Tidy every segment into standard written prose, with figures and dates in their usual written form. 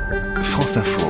France Info.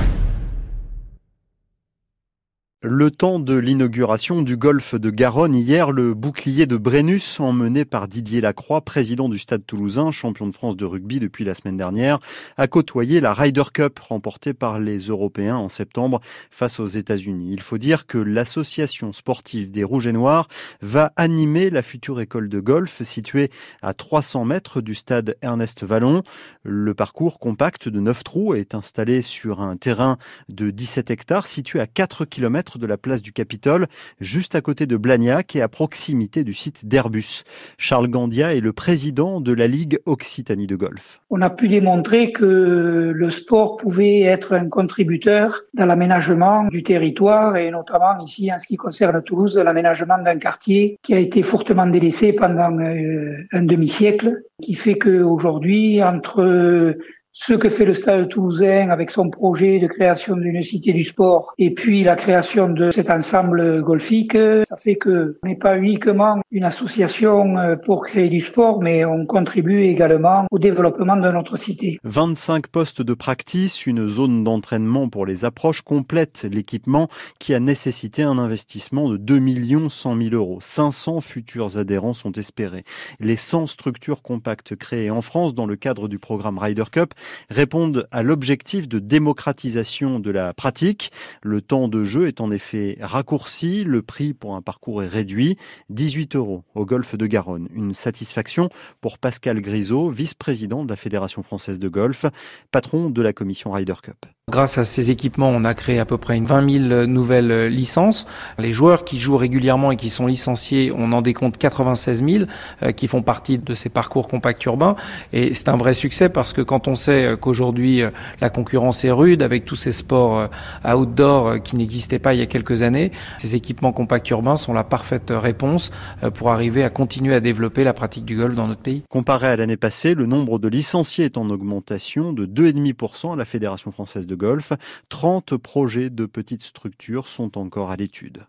Le temps de l'inauguration du golfe de Garonne hier, le bouclier de Brennus, emmené par Didier Lacroix, président du Stade Toulousain, champion de France de rugby depuis la semaine dernière, a côtoyé la Ryder Cup remportée par les Européens en septembre face aux États-Unis. Il faut dire que l'association sportive des Rouges et Noirs va animer la future école de golf située à 300 mètres du stade Ernest Vallon. Le parcours compact de 9 trous est installé sur un terrain de 17 hectares situé à 4 km de la place du Capitole, juste à côté de Blagnac et à proximité du site d'Airbus. Charles Gandia est le président de la Ligue Occitanie de golf. On a pu démontrer que le sport pouvait être un contributeur dans l'aménagement du territoire et notamment ici en ce qui concerne Toulouse, l'aménagement d'un quartier qui a été fortement délaissé pendant un demi-siècle, qui fait qu'aujourd'hui, entre ce que fait le Stade Toulousain avec son projet de création d'une cité du sport et puis la création de cet ensemble golfique, ça fait que on n'est pas uniquement une association pour créer du sport, mais on contribue également au développement de notre cité. 25 postes de practice, une zone d'entraînement pour les approches complète l'équipement qui a nécessité un investissement de 2 100 000 euros. 500 futurs adhérents sont espérés. Les 100 structures compactes créées en France dans le cadre du programme Ryder Cup répondent à l'objectif de démocratisation de la pratique. Le temps de jeu est en effet raccourci, le prix pour un parcours est réduit, 18 € au golfe de Garonne. Une satisfaction pour Pascal Grisot, vice-président de la Fédération française de golf, patron de la commission Ryder Cup. Grâce à ces équipements, on a créé à peu près 20 000 nouvelles licences. Les joueurs qui jouent régulièrement et qui sont licenciés, on en décompte 96 000 qui font partie de ces parcours compacts urbains. Et c'est un vrai succès parce que quand on sait qu'aujourd'hui la concurrence est rude avec tous ces sports outdoor qui n'existaient pas il y a quelques années, ces équipements compacts urbains sont la parfaite réponse pour arriver à continuer à développer la pratique du golf dans notre pays. Comparé à l'année passée, le nombre de licenciés est en augmentation de 2,5% à la Fédération française de golf. 30 projets de petites structures sont encore à l'étude.